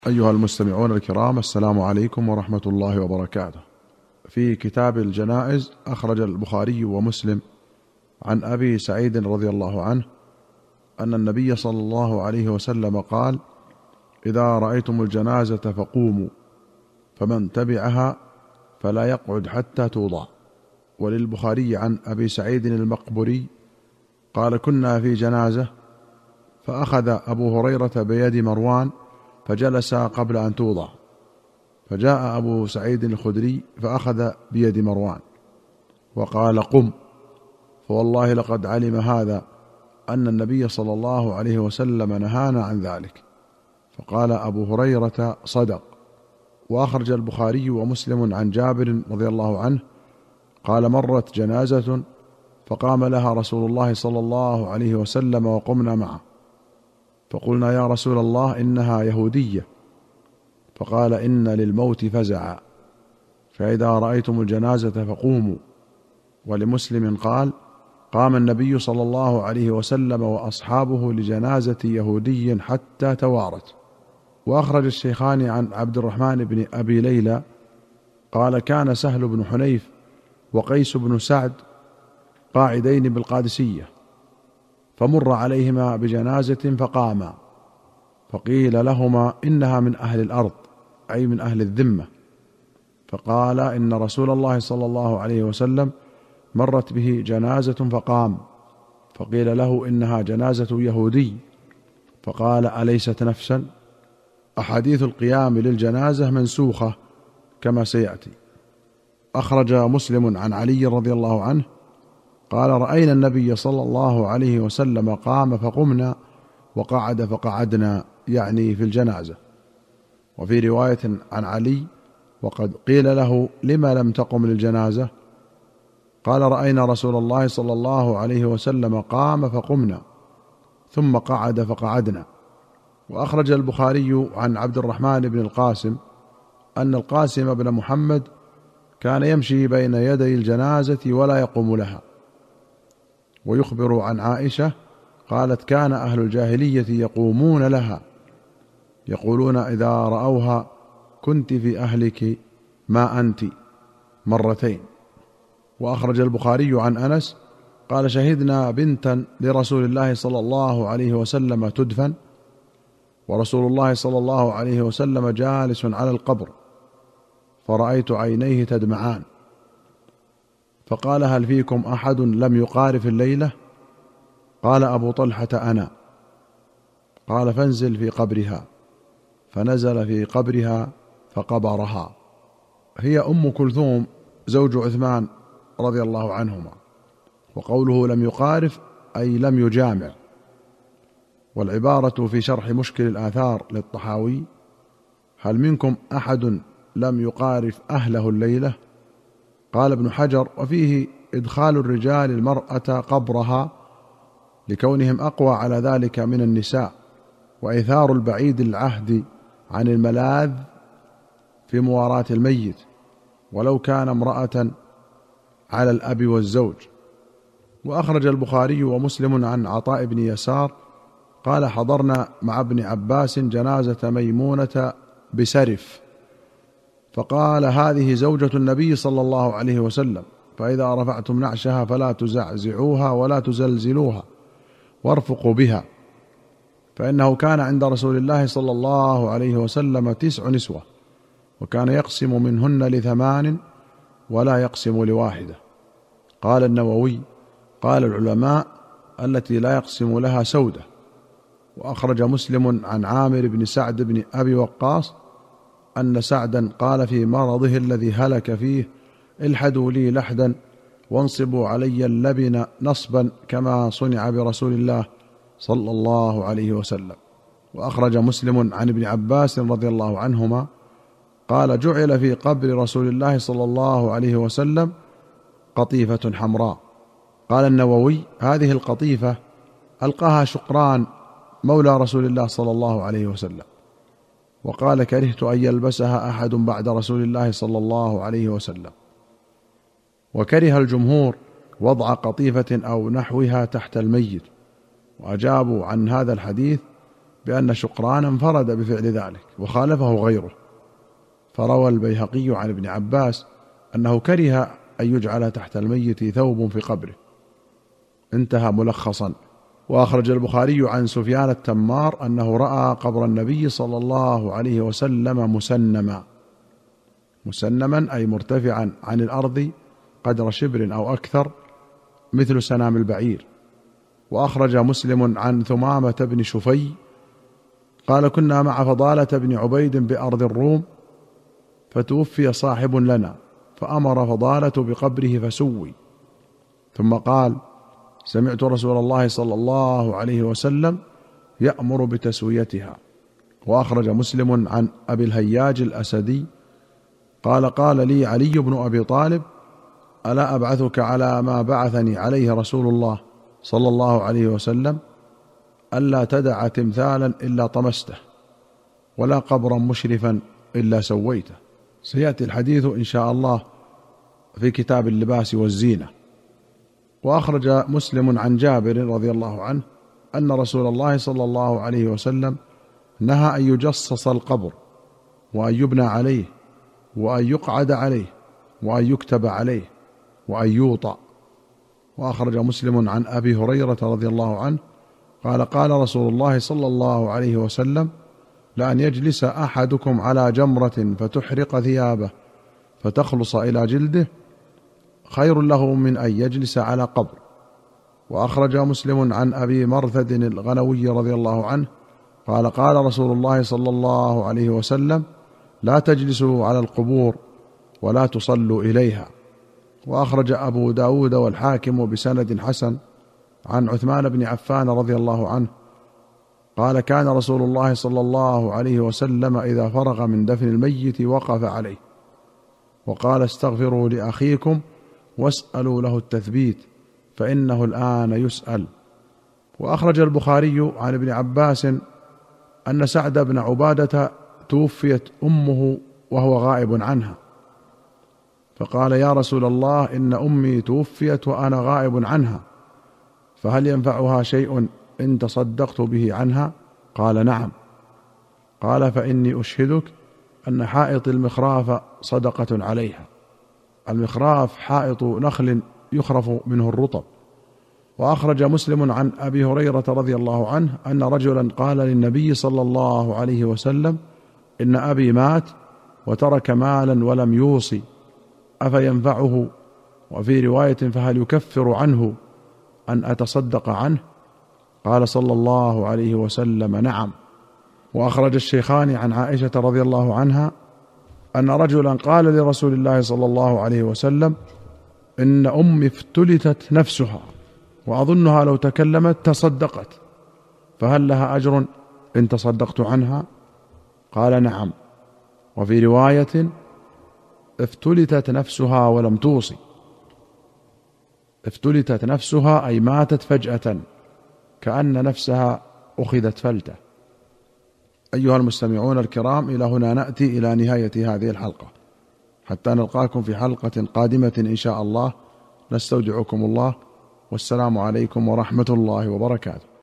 أيها المستمعون الكرام، السلام عليكم ورحمة الله وبركاته. في كتاب الجنائز أخرج البخاري ومسلم عن أبي سعيد رضي الله عنه أن النبي صلى الله عليه وسلم قال: إذا رأيتم الجنازة فقوموا، فمن تبعها فلا يقعد حتى توضع. وللبخاري عن أبي سعيد المقبري قال: كنا في جنازة فأخذ أبو هريرة بيد مروان فجلس قبل أن توضع، فجاء أبو سعيد الخدري فأخذ بيد مروان وقال: قم، فوالله لقد علم هذا أن النبي صلى الله عليه وسلم نهانا عن ذلك. فقال أبو هريرة: صدق. وأخرج البخاري ومسلم عن جابر رضي الله عنه قال: مرت جنازة فقام لها رسول الله صلى الله عليه وسلم وقمنا معه، فقلنا: يا رسول الله إنها يهودية. فقال: إن للموت فزعا، فإذا رأيتم الجنازة فقوموا. ولمسلم قال: قام النبي صلى الله عليه وسلم وأصحابه لجنازة يهودي حتى توارت. وأخرج الشيخان عن عبد الرحمن بن أبي ليلى قال: كان سهل بن حنيف وقيس بن سعد قاعدين بالقادسية، فمر عليهما بجنازة فقاما، فقيل لهما: إنها من أهل الأرض، أي من أهل الذمة. فقال: إن رسول الله صلى الله عليه وسلم مرت به جنازة فقام، فقيل له: إنها جنازة يهودي. فقال: أليست نفسا؟ أحاديث القيام للجنازة منسوخة كما سيأتي. أخرج مسلم عن علي رضي الله عنه قال: رأينا النبي صلى الله عليه وسلم قام فقمنا وقعد فقعدنا، يعني في الجنازة. وفي رواية عن علي: وقد قيل له: لما لم تقم للجنازة؟ قال: رأينا رسول الله صلى الله عليه وسلم قام فقمنا ثم قعد فقعدنا. وأخرج البخاري عن عبد الرحمن بن القاسم أن القاسم بن محمد كان يمشي بين يدي الجنازة ولا يقوم لها. ويخبر عن عائشة قالت: كان أهل الجاهلية يقومون لها، يقولون إذا رأوها: كنت في أهلك ما أنت، مرتين. وأخرج البخاري عن أنس قال: شهدنا بنتا لرسول الله صلى الله عليه وسلم تدفن، ورسول الله صلى الله عليه وسلم جالس على القبر، فرأيت عينيه تدمعان، فقال: هل فيكم أحد لم يقارف الليلة؟ قال أبو طلحة: أنا. قال: فانزل في قبرها. فنزل في قبرها فقبرها. هي أم كلثوم زوج عثمان رضي الله عنهما. وقوله لم يقارف أي لم يجامع. والعبارة في شرح مشكل الآثار للطحاوي: هل منكم أحد لم يقارف أهله الليلة؟ قال ابن حجر: وفيه إدخال الرجال المرأة قبرها لكونهم أقوى على ذلك من النساء، وإيثار البعيد العهد عن الملاذ في مواراة الميت ولو كان امرأة على الأب والزوج. وأخرج البخاري ومسلم عن عطاء بن يسار قال: حضرنا مع ابن عباس جنازة ميمونة بسرف، فقال: هذه زوجة النبي صلى الله عليه وسلم، فإذا رفعتم نعشها فلا تزعزعوها ولا تزلزلوها وارفقوا بها، فإنه كان عند رسول الله صلى الله عليه وسلم 9 نسوة، وكان يقسم منهن ل8 ولا يقسم ل1. قال النووي: قال العلماء: التي لا يقسم لها سودة. وأخرج مسلم عن عامر بن سعد بن أبي وقاص أن سعدا قال في مرضه الذي هلك فيه: الحدوا لي لحدا وانصبوا علي اللبن نصبا كما صنع برسول الله صلى الله عليه وسلم. وأخرج مسلم عن ابن عباس رضي الله عنهما قال: جعل في قبر رسول الله صلى الله عليه وسلم قطيفة حمراء. قال النووي: هذه القطيفة ألقاها شقران مولى رسول الله صلى الله عليه وسلم. وقال: كرهت أن يلبسها أحد بعد رسول الله صلى الله عليه وسلم. وكره الجمهور وضع قطيفة أو نحوها تحت الميت، وأجابوا عن هذا الحديث بأن شقران انفرد بفعل ذلك وخالفه غيره. فروى البيهقي عن ابن عباس أنه كره أن يجعل تحت الميت ثوب في قبره. انتهى ملخصا. وأخرج البخاري عن سفيان التمار أنه رأى قبر النبي صلى الله عليه وسلم مسنما أي مرتفعا عن الأرض قدر شبر أو أكثر مثل سنام البعير. وأخرج مسلم عن ثمامة بن شفي قال كنا مع فضالة بن عبيد بأرض الروم فتوفي صاحب لنا فأمر فضالة بقبره فسوي، ثم قال سمعت رسول الله صلى الله عليه وسلم يأمر بتسويتها. وأخرج مسلم عن أبي الهياج الأسدي قال قال لي علي بن أبي طالب ألا أبعثك على ما بعثني عليه رسول الله صلى الله عليه وسلم ألا تدع تمثالا إلا طمسته ولا قبرا مشرفا إلا سويته. سيأتي الحديث إن شاء الله في كتاب اللباس والزينة. وأخرج مسلم عن جابر رضي الله عنه أن رسول الله صلى الله عليه وسلم نهى أن يجصص القبر وأن يبنى عليه وأن يقعد عليه وأن يكتب عليه وأن يوطأ. وأخرج مسلم عن أبي هريرة رضي الله عنه قال قال رسول الله صلى الله عليه وسلم لأن يجلس أحدكم على جمرة فتحرق ثيابه فتخلص إلى جلده خير له من أن يجلس على قبر. وأخرج مسلم عن أبي مرثد الغنوي رضي الله عنه قال قال رسول الله صلى الله عليه وسلم لا تجلسوا على القبور ولا تصلوا إليها. وأخرج أبو داود والحاكم بسند حسن عن عثمان بن عفان رضي الله عنه قال كان رسول الله صلى الله عليه وسلم إذا فرغ من دفن الميت وقف عليه وقال استغفروا لأخيكم واسألوا له التثبيت فإنه الآن يسأل. وأخرج البخاري عن ابن عباس أن سعد بن عبادة توفيت أمه وهو غائب عنها فقال يا رسول الله إن أمي توفيت وأنا غائب عنها فهل ينفعها شيء إن تصدقت به عنها؟ قال نعم. قال فإني أشهدك أن حائط المخراف صدقة عليها. المخراف حائط نخل يخرف منه الرطب. وأخرج مسلم عن أبي هريرة رضي الله عنه أن رجلا قال للنبي صلى الله عليه وسلم إن أبي مات وترك مالا ولم يوصي أفينفعه؟ وفي رواية فهل يكفر عنه أن أتصدق عنه؟ قال صلى الله عليه وسلم نعم. وأخرج الشيخان عن عائشة رضي الله عنها أن رجلا قال لرسول الله صلى الله عليه وسلم إن أمي افتلتت نفسها وأظنها لو تكلمت تصدقت فهل لها أجر إن تصدقت عنها؟ قال نعم. وفي رواية افتلتت نفسها ولم توصي. افتلتت نفسها أي ماتت فجأة كأن نفسها أخذت فلتة. أيها المستمعون الكرام، إلى هنا نأتي إلى نهاية هذه الحلقة، حتى نلقاكم في حلقة قادمة إن شاء الله. نستودعكم الله، والسلام عليكم ورحمة الله وبركاته.